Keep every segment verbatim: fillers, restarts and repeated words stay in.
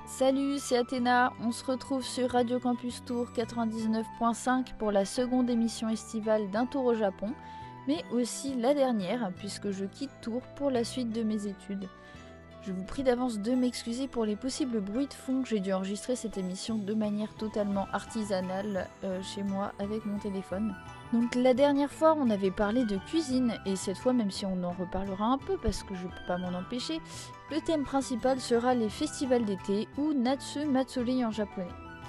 Salut, c'est Athéna, on se retrouve sur Radio Campus Tour quatre-vingt-dix-neuf point cinq pour la seconde émission estivale d'un tour au Japon, mais aussi la dernière puisque je quitte Tours pour la suite de mes études. Je vous prie d'avance de m'excuser pour les possibles bruits de fond, j'ai dû enregistrer cette émission de manière totalement artisanale euh, chez moi avec mon téléphone. Donc la dernière fois on avait parlé de cuisine et cette fois même si on en reparlera un peu parce que je peux pas m'en empêcher, le thème principal sera les festivals d'été ou Natsu Matsuri en japonais.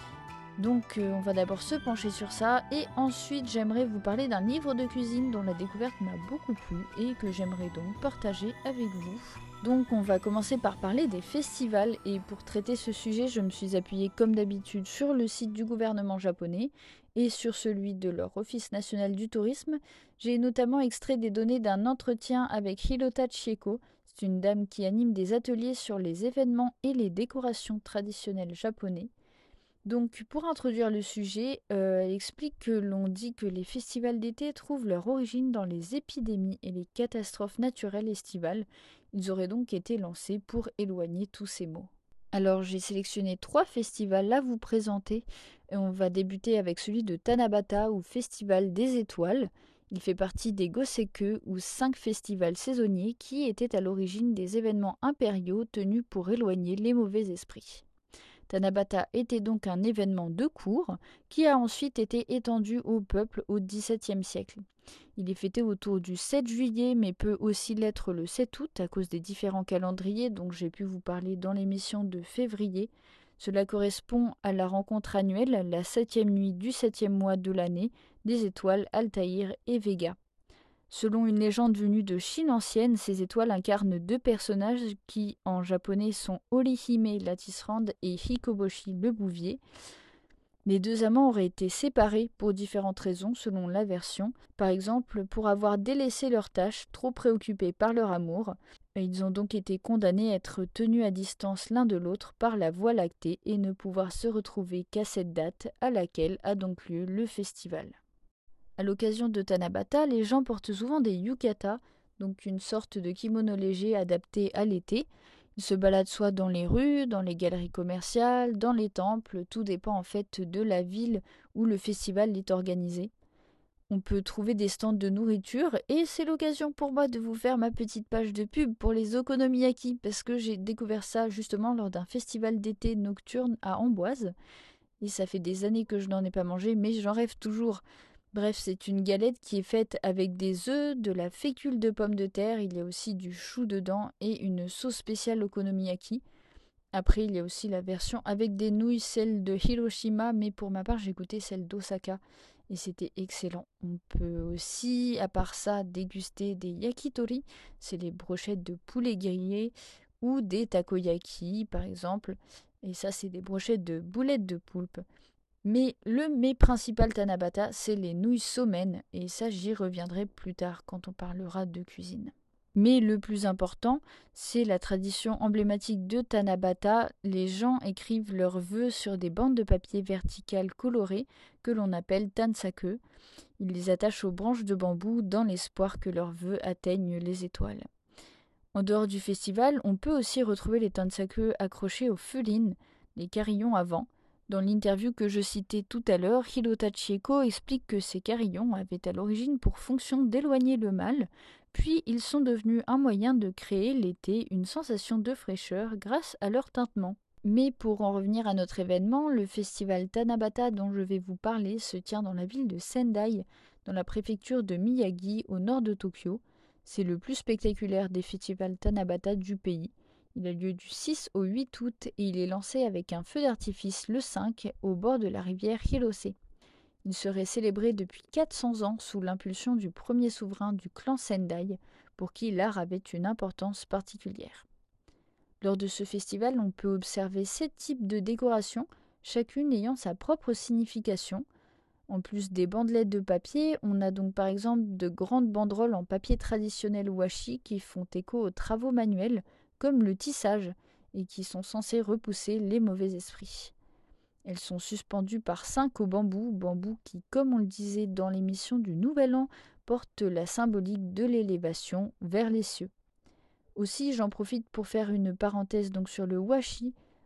Donc euh, on va d'abord se pencher sur ça et ensuite j'aimerais vous parler d'un livre de cuisine dont la découverte m'a beaucoup plu et que j'aimerais donc partager avec vous. Donc on va commencer par parler des festivals et pour traiter ce sujet je me suis appuyée comme d'habitude sur le site du gouvernement japonais et sur celui de leur Office national du tourisme. J'ai notamment extrait des données d'un entretien avec Hirota Chieko. C'est une dame qui anime des ateliers sur les événements et les décorations traditionnelles japonais. Donc pour introduire le sujet, euh, elle explique que l'on dit que les festivals d'été trouvent leur origine dans les épidémies et les catastrophes naturelles estivales. Ils auraient donc été lancés pour éloigner tous ces maux. Alors j'ai sélectionné trois festivals à vous présenter. Et on va débuter avec celui de Tanabata ou Festival des étoiles. Il fait partie des Goseku ou cinq festivals saisonniers qui étaient à l'origine des événements impériaux tenus pour éloigner les mauvais esprits. Tanabata était donc un événement de cour qui a ensuite été étendu au peuple au dix-septième siècle. Il est fêté autour du sept juillet mais peut aussi l'être le sept août à cause des différents calendriers dont j'ai pu vous parler dans l'émission de février. Cela correspond à la rencontre annuelle, la septième nuit du septième mois de l'année, des étoiles Altaïr et Vega. Selon une légende venue de Chine ancienne, ces étoiles incarnent deux personnages qui, en japonais, sont Orihime la tisserande et Hikoboshi le bouvier. Les deux amants auraient été séparés pour différentes raisons selon la version. Par exemple, pour avoir délaissé leurs tâches, trop préoccupés par leur amour. Ils ont donc été condamnés à être tenus à distance l'un de l'autre par la Voie lactée et ne pouvoir se retrouver qu'à cette date à laquelle a donc lieu le festival. À l'occasion de Tanabata, les gens portent souvent des yukata, donc une sorte de kimono léger adapté à l'été. Ils se baladent soit dans les rues, dans les galeries commerciales, dans les temples, tout dépend en fait de la ville où le festival est organisé. On peut trouver des stands de nourriture et c'est l'occasion pour moi de vous faire ma petite page de pub pour les okonomiyaki parce que j'ai découvert ça justement lors d'un festival d'été nocturne à Amboise. Et ça fait des années que je n'en ai pas mangé mais j'en rêve toujours. Bref, c'est une galette qui est faite avec des œufs, de la fécule de pommes de terre, il y a aussi du chou dedans et une sauce spéciale okonomiyaki. Après, il y a aussi la version avec des nouilles, celle de Hiroshima, mais pour ma part, j'ai goûté celle d'Osaka et c'était excellent. On peut aussi, à part ça, déguster des yakitori, c'est les brochettes de poulet grillé, ou des takoyaki, par exemple. Et ça, c'est des brochettes de boulettes de poulpe. Mais le mets principal Tanabata, c'est les nouilles somen, et ça j'y reviendrai plus tard quand on parlera de cuisine. Mais le plus important, c'est la tradition emblématique de Tanabata. Les gens écrivent leurs vœux sur des bandes de papier verticales colorées que l'on appelle tansaku. Ils les attachent aux branches de bambou dans l'espoir que leurs vœux atteignent les étoiles. En dehors du festival, on peut aussi retrouver les tansaku accrochés aux feuillines, les carillons à vent. Dans l'interview que je citais tout à l'heure, Hirota Chieko explique que ces carillons avaient à l'origine pour fonction d'éloigner le mal, puis ils sont devenus un moyen de créer l'été une sensation de fraîcheur grâce à leur tintement. Mais pour en revenir à notre événement, le festival Tanabata dont je vais vous parler se tient dans la ville de Sendai, dans la préfecture de Miyagi, au nord de Tokyo. C'est le plus spectaculaire des festivals Tanabata du pays. Il a lieu du six au huit août et il est lancé avec un feu d'artifice le cinq au bord de la rivière Hirose. Il serait célébré depuis quatre cents ans sous l'impulsion du premier souverain du clan Sendai, pour qui l'art avait une importance particulière. Lors de ce festival, on peut observer sept types de décorations, chacune ayant sa propre signification. En plus des bandelettes de papier, on a donc par exemple de grandes banderoles en papier traditionnel washi qui font écho aux travaux manuels, comme le tissage, et qui sont censées repousser les mauvais esprits. Elles sont suspendues par cinq au bambou, bambou qui, comme on le disait dans l'émission du Nouvel An, porte la symbolique de l'élévation vers les cieux. Aussi, j'en profite pour faire une parenthèse donc sur le washi.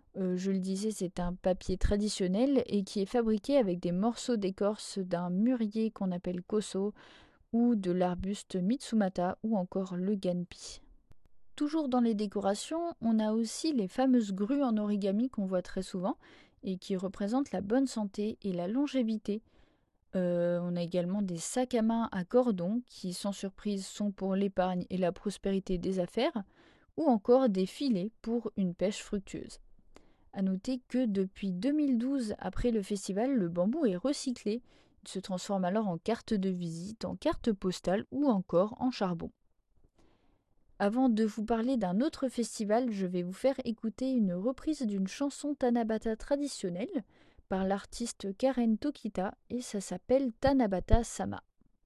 Euh, je le disais, c'est un papier traditionnel et qui est fabriqué avec des morceaux d'écorce d'un mûrier qu'on appelle koso ou de l'arbuste Mitsumata ou encore le ganpi. Toujours dans les décorations, on a aussi les fameuses grues en origami qu'on voit très souvent et qui représentent la bonne santé et la longévité. Euh, on a également des sacs à main à cordon qui, sans surprise, sont pour l'épargne et la prospérité des affaires, ou encore des filets pour une pêche fructueuse. A noter que depuis deux mille douze, après le festival, le bambou est recyclé. Il se transforme alors en carte de visite, en carte postale ou encore en charbon. Avant de vous parler d'un autre festival, je vais vous faire écouter une reprise d'une chanson Tanabata traditionnelle par l'artiste Karen Tokita et ça s'appelle Tanabata Sama.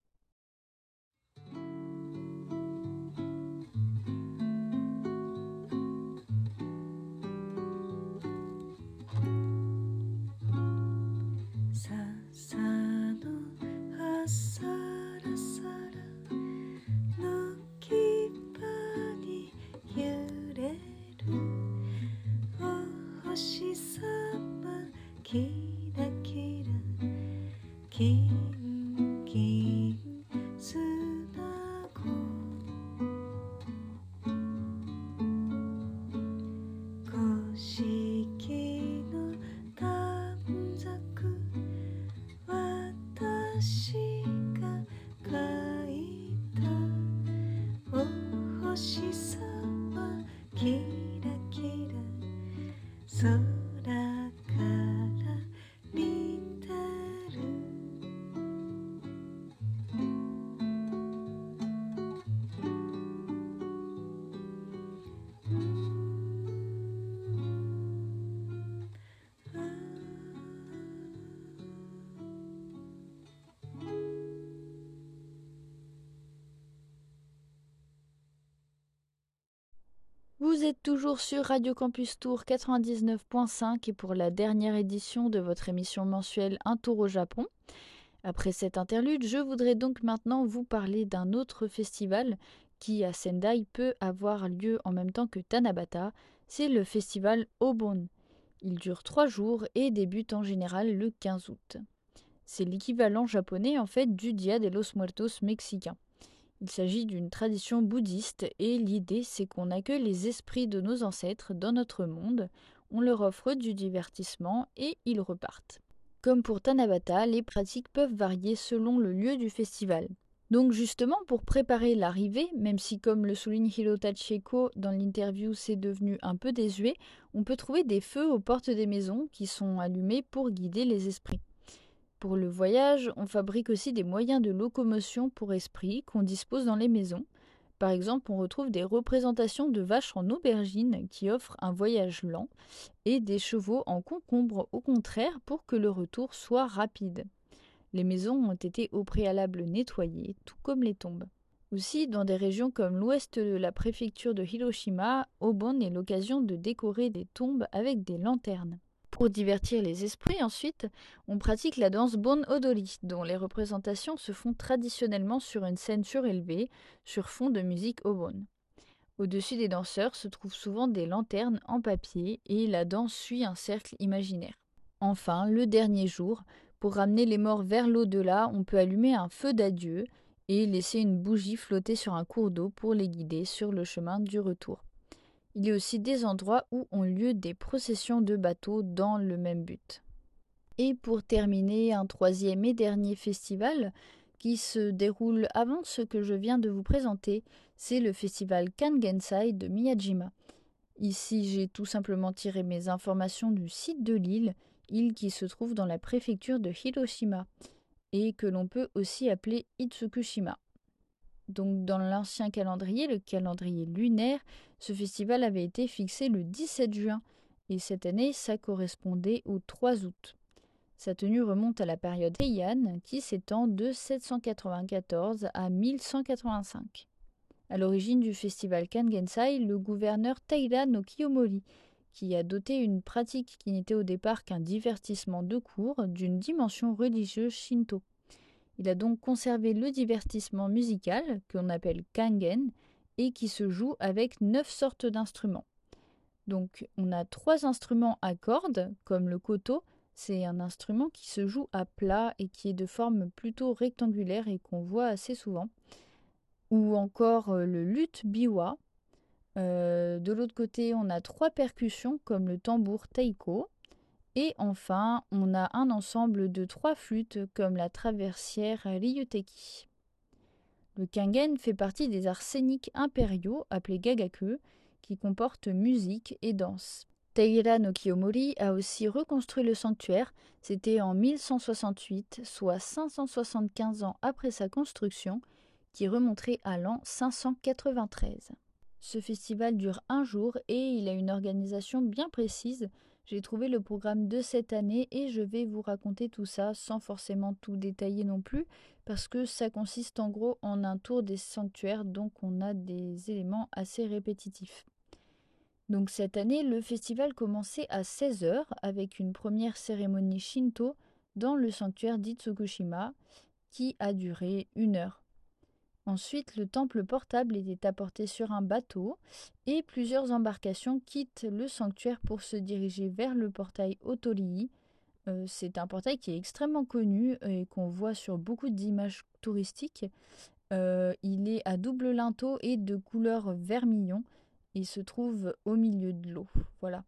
Vous êtes toujours sur Radio Campus Tour quatre-vingt-dix-neuf point cinq et pour la dernière édition de votre émission mensuelle Un tour au Japon. Après cette interlude, je voudrais donc maintenant vous parler d'un autre festival qui à Sendai peut avoir lieu en même temps que Tanabata, c'est le festival Obon. Il dure trois jours et débute en général le quinze août. C'est l'équivalent japonais en fait du Dia de los Muertos mexicain. Il s'agit d'une tradition bouddhiste et l'idée c'est qu'on accueille les esprits de nos ancêtres dans notre monde, on leur offre du divertissement et ils repartent. Comme pour Tanabata, les pratiques peuvent varier selon le lieu du festival. Donc justement, pour préparer l'arrivée, même si comme le souligne Hirota Chieko dans l'interview c'est devenu un peu désuet, on peut trouver des feux aux portes des maisons qui sont allumés pour guider les esprits. Pour le voyage, on fabrique aussi des moyens de locomotion pour esprits qu'on dispose dans les maisons. Par exemple, on retrouve des représentations de vaches en aubergine qui offrent un voyage lent et des chevaux en concombre au contraire pour que le retour soit rapide. Les maisons ont été au préalable nettoyées, tout comme les tombes. Aussi, dans des régions comme l'ouest de la préfecture de Hiroshima, Obon est l'occasion de décorer des tombes avec des lanternes. Pour divertir les esprits, ensuite, on pratique la danse Bon Odori, dont les représentations se font traditionnellement sur une scène surélevée, sur fond de musique Obon. Au-dessus des danseurs se trouvent souvent des lanternes en papier et la danse suit un cercle imaginaire. Enfin, le dernier jour, pour ramener les morts vers l'au-delà, on peut allumer un feu d'adieu et laisser une bougie flotter sur un cours d'eau pour les guider sur le chemin du retour. Il y a aussi des endroits où ont lieu des processions de bateaux dans le même but. Et pour terminer, un troisième et dernier festival qui se déroule avant ce que je viens de vous présenter, c'est le festival Kangensai de Miyajima. Ici, j'ai tout simplement tiré mes informations du site de l'île, île qui se trouve dans la préfecture de Hiroshima, et que l'on peut aussi appeler Itsukushima. Donc dans l'ancien calendrier, le calendrier lunaire, ce festival avait été fixé le dix-sept juin, et cette année, ça correspondait au trois août. Sa tenue remonte à la période Heian, qui s'étend de sept cent quatre-vingt-quatorze à mille cent quatre-vingt-cinq. À l'origine du festival Kangensai, le gouverneur Taira no Kiyomori, qui a doté une pratique qui n'était au départ qu'un divertissement de cour d'une dimension religieuse shinto. Il a donc conservé le divertissement musical, qu'on appelle kangen, et qui se joue avec neuf sortes d'instruments. Donc on a trois instruments à cordes, comme le koto, c'est un instrument qui se joue à plat et qui est de forme plutôt rectangulaire et qu'on voit assez souvent. Ou encore euh, le luth biwa. Euh, de l'autre côté, on a trois percussions comme le tambour taiko. Et enfin, on a un ensemble de trois flûtes comme la traversière ryuteki. Le kangen fait partie des arts scéniques impériaux appelés gagaku, qui comportent musique et danse. Taira no Kiyomori a aussi reconstruit le sanctuaire, c'était en mille cent soixante-huit, soit cinq cent soixante-quinze ans après sa construction, qui remonterait à l'an cinq cent quatre-vingt-treize. Ce festival dure un jour et il a une organisation bien précise. J'ai trouvé le programme de cette année et je vais vous raconter tout ça sans forcément tout détailler non plus parce que ça consiste en gros en un tour des sanctuaires, donc on a des éléments assez répétitifs. Donc cette année, le festival commençait à seize heures avec une première cérémonie Shinto dans le sanctuaire d'Itsukushima qui a duré une heure. Ensuite, le temple portable était apporté sur un bateau et plusieurs embarcations quittent le sanctuaire pour se diriger vers le portail Otorii. Euh, c'est un portail qui est extrêmement connu et qu'on voit sur beaucoup d'images touristiques. Euh, il est à double linteau et de couleur vermillon. Il se trouve au milieu de l'eau. Voilà.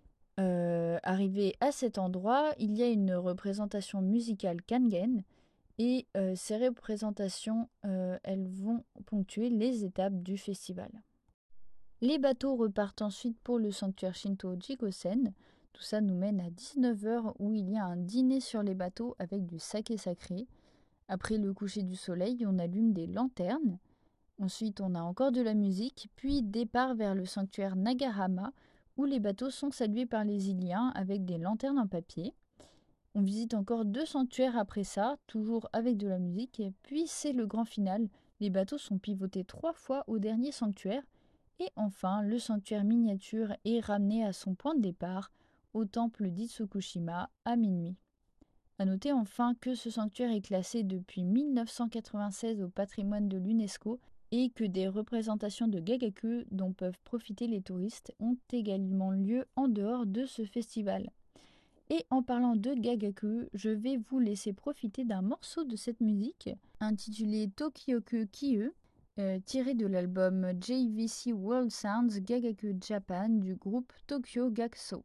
Euh, arrivé à cet endroit, il y a une représentation musicale kangen. Et euh, ces représentations, euh, elles vont ponctuer les étapes du festival. Les bateaux repartent ensuite pour le sanctuaire Shinto Jikosen. Tout ça nous mène à dix-neuf heures où il y a un dîner sur les bateaux avec du saké sacré. Après le coucher du soleil, on allume des lanternes. Ensuite, on a encore de la musique, puis départ vers le sanctuaire Nagahama où les bateaux sont salués par les Iliens avec des lanternes en papier. On visite encore deux sanctuaires après ça, toujours avec de la musique, et puis c'est le grand final. Les bateaux sont pivotés trois fois au dernier sanctuaire, et enfin le sanctuaire miniature est ramené à son point de départ, au temple d'Itsukushima, à minuit. A noter enfin que ce sanctuaire est classé depuis mille neuf cent quatre-vingt-seize au patrimoine de l'UNESCO et que des représentations de gagaku dont peuvent profiter les touristes ont également lieu en dehors de ce festival. Et en parlant de gagaku, je vais vous laisser profiter d'un morceau de cette musique intitulé Tokyoku Kiyu, euh, tiré de l'album J V C World Sounds Gagaku Japan du groupe Tokyo Gakuso.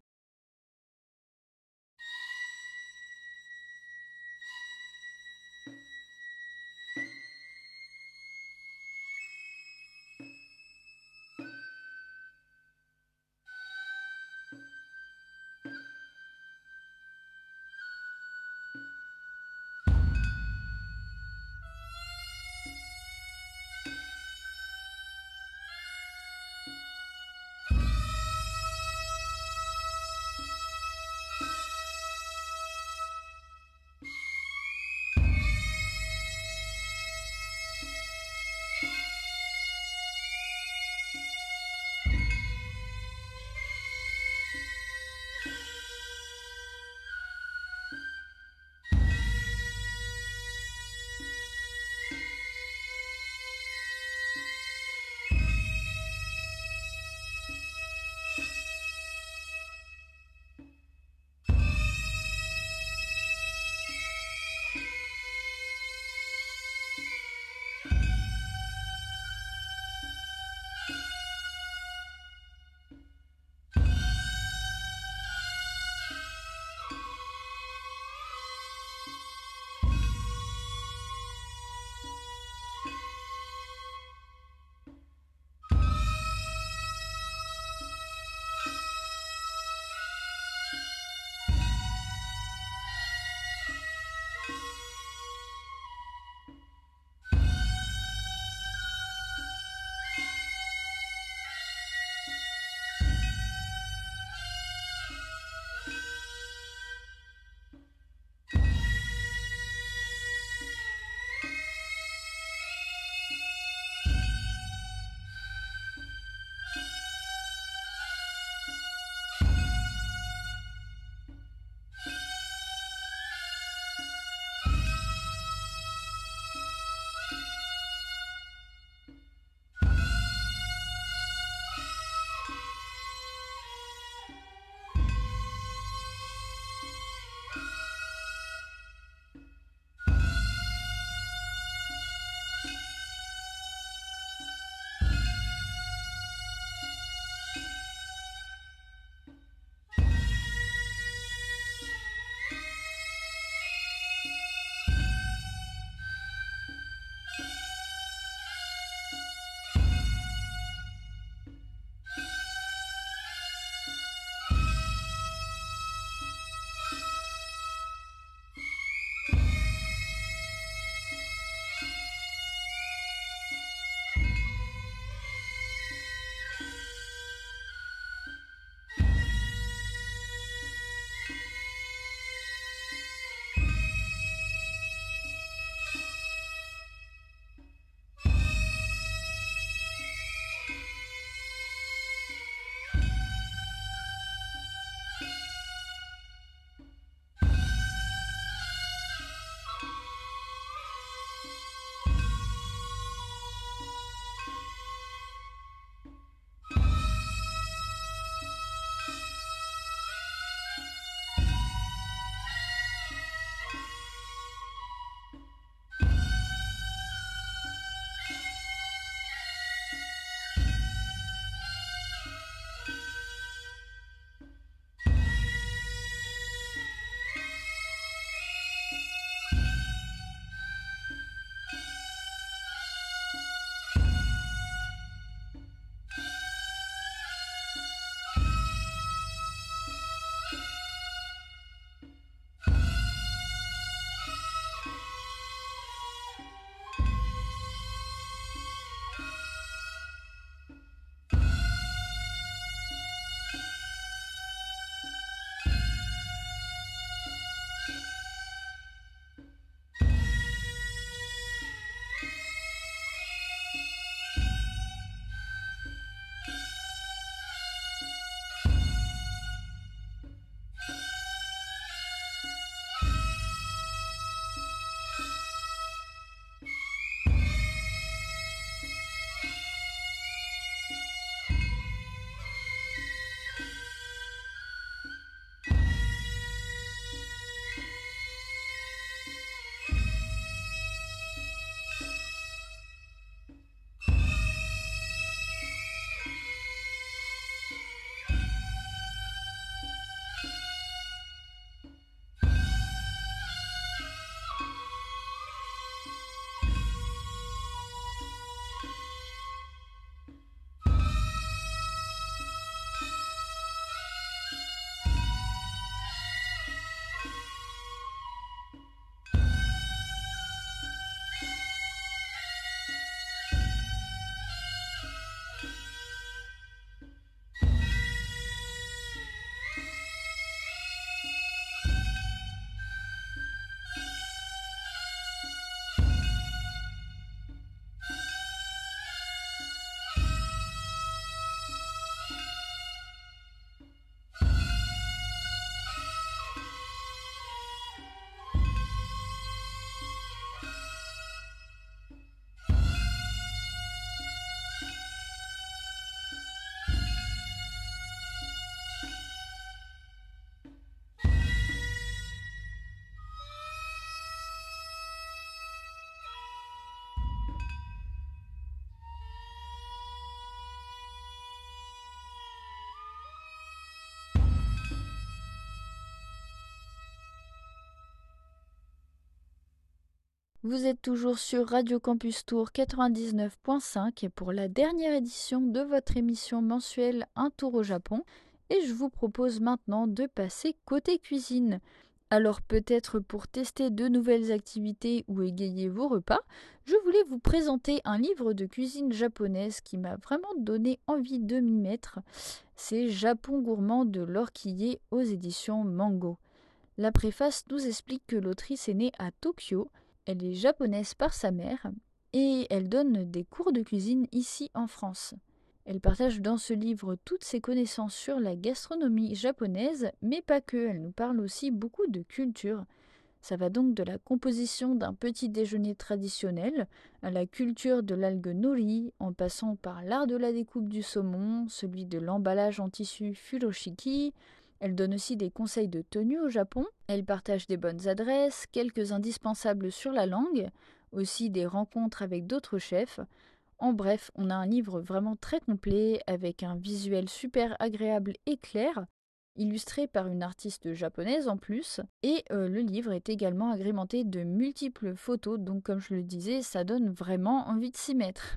Vous êtes toujours sur Radio Campus Tour quatre-vingt-dix-neuf point cinq pour la dernière édition de votre émission mensuelle Un tour au Japon et je vous propose maintenant de passer côté cuisine. Alors peut-être pour tester de nouvelles activités ou égayer vos repas, je voulais vous présenter un livre de cuisine japonaise qui m'a vraiment donné envie de m'y mettre. C'est Japon gourmand de Laure Quillet aux éditions Mango. La préface nous explique que l'autrice est née à Tokyo, elle est japonaise par sa mère et elle donne des cours de cuisine ici en France. Elle partage dans ce livre toutes ses connaissances sur la gastronomie japonaise, mais pas que, elle nous parle aussi beaucoup de culture. Ça va donc de la composition d'un petit déjeuner traditionnel à la culture de l'algue nori, en passant par l'art de la découpe du saumon, celui de l'emballage en tissu furoshiki. Elle donne aussi des conseils de tenue au Japon. Elle partage des bonnes adresses, quelques indispensables sur la langue, aussi des rencontres avec d'autres chefs. En bref, on a un livre vraiment très complet, avec un visuel super agréable et clair, illustré par une artiste japonaise en plus, et euh, le livre est également agrémenté de multiples photos, donc comme je le disais, ça donne vraiment envie de s'y mettre.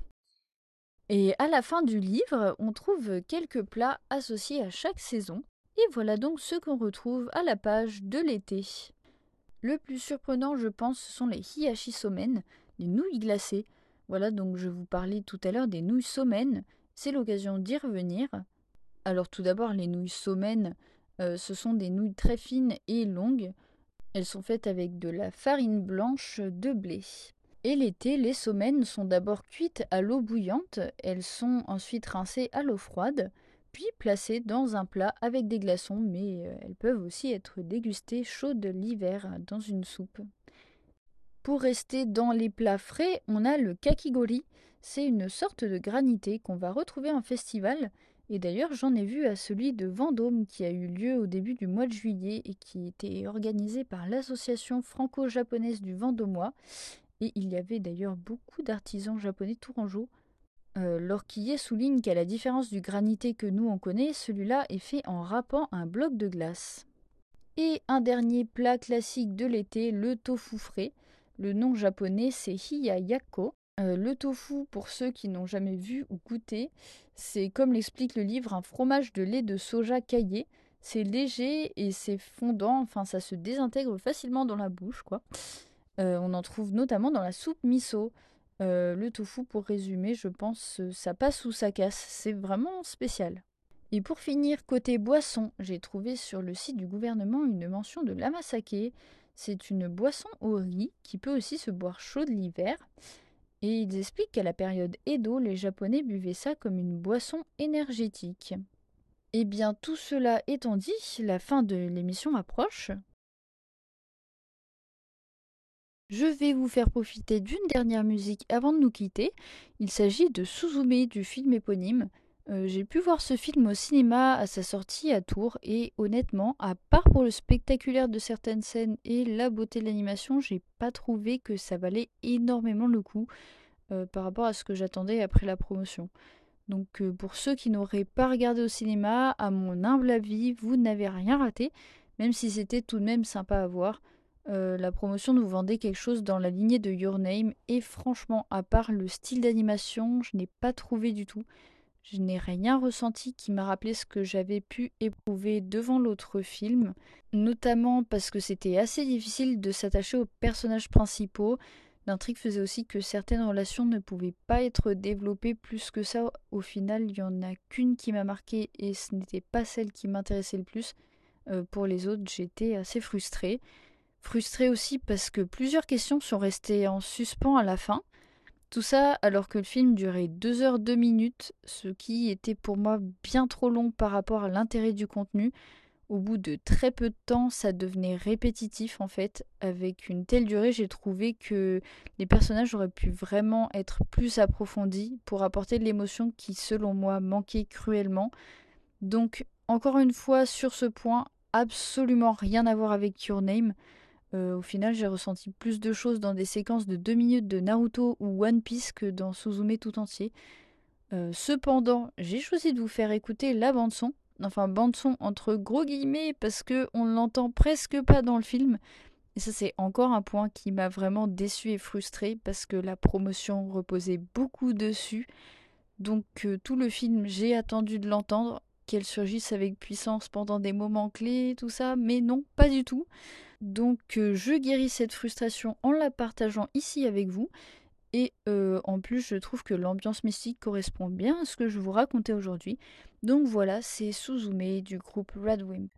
Et à la fin du livre, on trouve quelques plats associés à chaque saison, et voilà donc ce qu'on retrouve à la page de l'été. Le plus surprenant, je pense, ce sont les hiyashi somen, les nouilles glacées. Voilà, donc je vous parlais tout à l'heure des nouilles somen, c'est l'occasion d'y revenir. Alors tout d'abord, les nouilles somen, euh, ce sont des nouilles très fines et longues. Elles sont faites avec de la farine blanche de blé. Et l'été, les somen sont d'abord cuites à l'eau bouillante, elles sont ensuite rincées à l'eau froide, puis placées dans un plat avec des glaçons, mais elles peuvent aussi être dégustées chaudes l'hiver dans une soupe. Pour rester dans les plats frais, on a le kakigori. C'est une sorte de granité qu'on va retrouver en festival. Et d'ailleurs, j'en ai vu à celui de Vendôme qui a eu lieu au début du mois de juillet et qui était organisé par l'association franco-japonaise du Vendômois. Et il y avait d'ailleurs beaucoup d'artisans japonais tourangeaux. Euh, Laure Quillet souligne qu'à la différence du granité que nous on connaît, celui-là est fait en râpant un bloc de glace. Et un dernier plat classique de l'été, le tofu frais. Le nom japonais, c'est hiyayakko. Euh, le tofu, pour ceux qui n'ont jamais vu ou goûté, c'est, comme l'explique le livre, un fromage de lait de soja caillé. C'est léger et c'est fondant, enfin ça se désintègre facilement dans la bouche, quoi. Euh, on en trouve notamment dans la soupe miso. Euh, le tofu, pour résumer, je pense, ça passe ou ça casse. C'est vraiment spécial. Et pour finir, côté boisson, j'ai trouvé sur le site du gouvernement une mention de l'amasake. C'est une boisson au riz qui peut aussi se boire chaude l'hiver. Et ils expliquent qu'à la période Edo, les Japonais buvaient ça comme une boisson énergétique. Et bien tout cela étant dit, la fin de l'émission approche. Je vais vous faire profiter d'une dernière musique avant de nous quitter. Il s'agit de Suzume du film éponyme. Euh, j'ai pu voir ce film au cinéma à sa sortie à Tours et honnêtement, à part pour le spectaculaire de certaines scènes et la beauté de l'animation, j'ai pas trouvé que ça valait énormément le coup euh, par rapport à ce que j'attendais après la promotion. Donc euh, pour ceux qui n'auraient pas regardé au cinéma, à mon humble avis, vous n'avez rien raté, même si c'était tout de même sympa à voir. Euh, la promotion nous vendait quelque chose dans la lignée de Your Name et franchement, à part le style d'animation, je n'ai pas trouvé du tout. Je n'ai rien ressenti qui m'a rappelé ce que j'avais pu éprouver devant l'autre film, notamment parce que c'était assez difficile de s'attacher aux personnages principaux. L'intrigue faisait aussi que certaines relations ne pouvaient pas être développées plus que ça. Au final, il n'y en a qu'une qui m'a marquée et ce n'était pas celle qui m'intéressait le plus. Euh, pour les autres, j'étais assez frustrée. Frustrée aussi parce que plusieurs questions sont restées en suspens à la fin. Tout ça alors que le film durait deux heures deux minutes, ce qui était pour moi bien trop long par rapport à l'intérêt du contenu. Au bout de très peu de temps, ça devenait répétitif en fait. Avec une telle durée, j'ai trouvé que les personnages auraient pu vraiment être plus approfondis pour apporter de l'émotion qui, selon moi, manquait cruellement. Donc, encore une fois, sur ce point, absolument rien à voir avec Your Name. Euh, au final, j'ai ressenti plus de choses dans des séquences de deux minutes de Naruto ou One Piece que dans Suzume tout entier. Euh, cependant, j'ai choisi de vous faire écouter la bande-son. Enfin, bande-son entre gros guillemets, parce qu'on ne l'entend presque pas dans le film. Et ça, c'est encore un point qui m'a vraiment déçue et frustrée parce que la promotion reposait beaucoup dessus. Donc euh, tout le film, j'ai attendu de l'entendre, qu'elle surgisse avec puissance pendant des moments clés, tout ça, mais non, pas du tout. Donc euh, je guéris cette frustration en la partageant ici avec vous. Et euh, en plus, je trouve que l'ambiance mystique correspond bien à ce que je vous racontais aujourd'hui. Donc voilà, c'est Suzume du groupe Radwimp.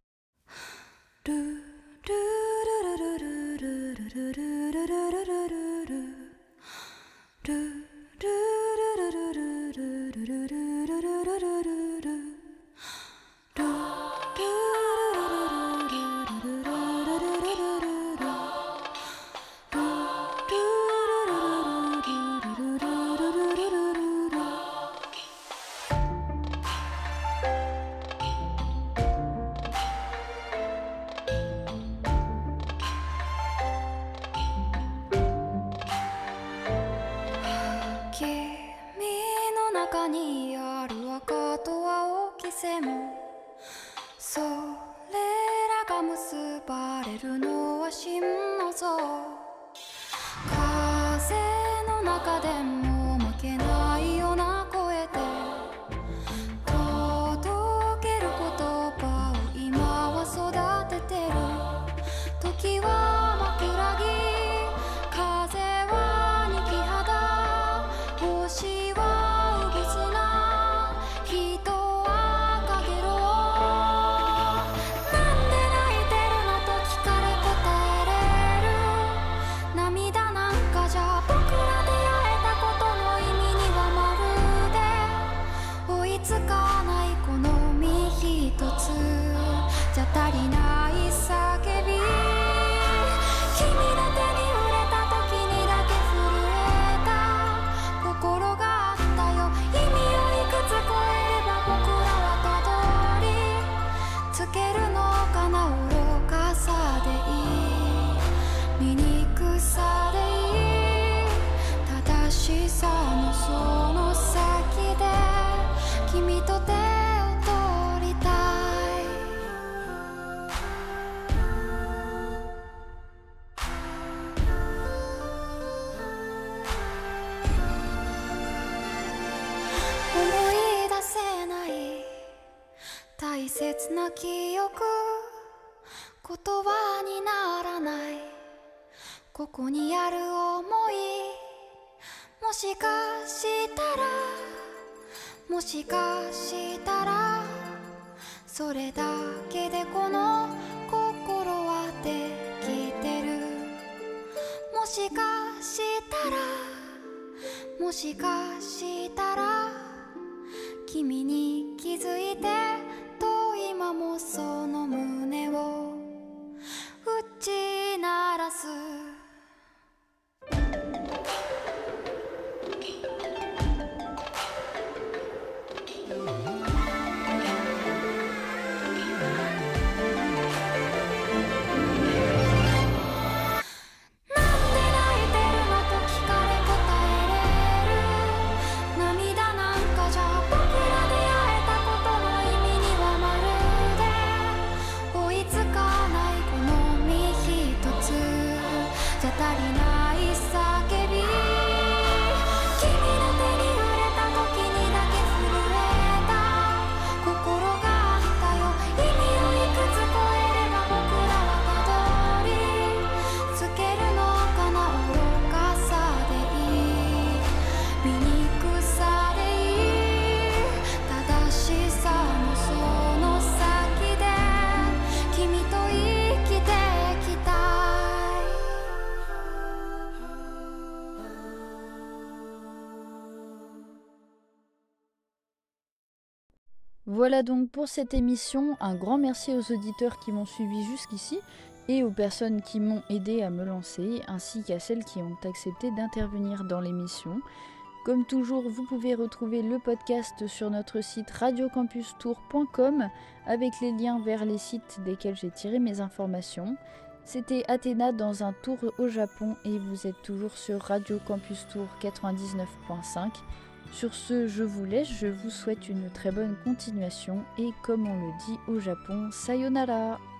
Voilà donc pour cette émission, un grand merci aux auditeurs qui m'ont suivi jusqu'ici et aux personnes qui m'ont aidé à me lancer, ainsi qu'à celles qui ont accepté d'intervenir dans l'émission. Comme toujours, vous pouvez retrouver le podcast sur notre site radio campus tour point com avec les liens vers les sites desquels j'ai tiré mes informations. C'était Athéna dans un tour au Japon et vous êtes toujours sur Radio Campus Tour quatre-vingt-dix-neuf point cinq. Sur ce, je vous laisse, je vous souhaite une très bonne continuation et comme on le dit au Japon, sayonara!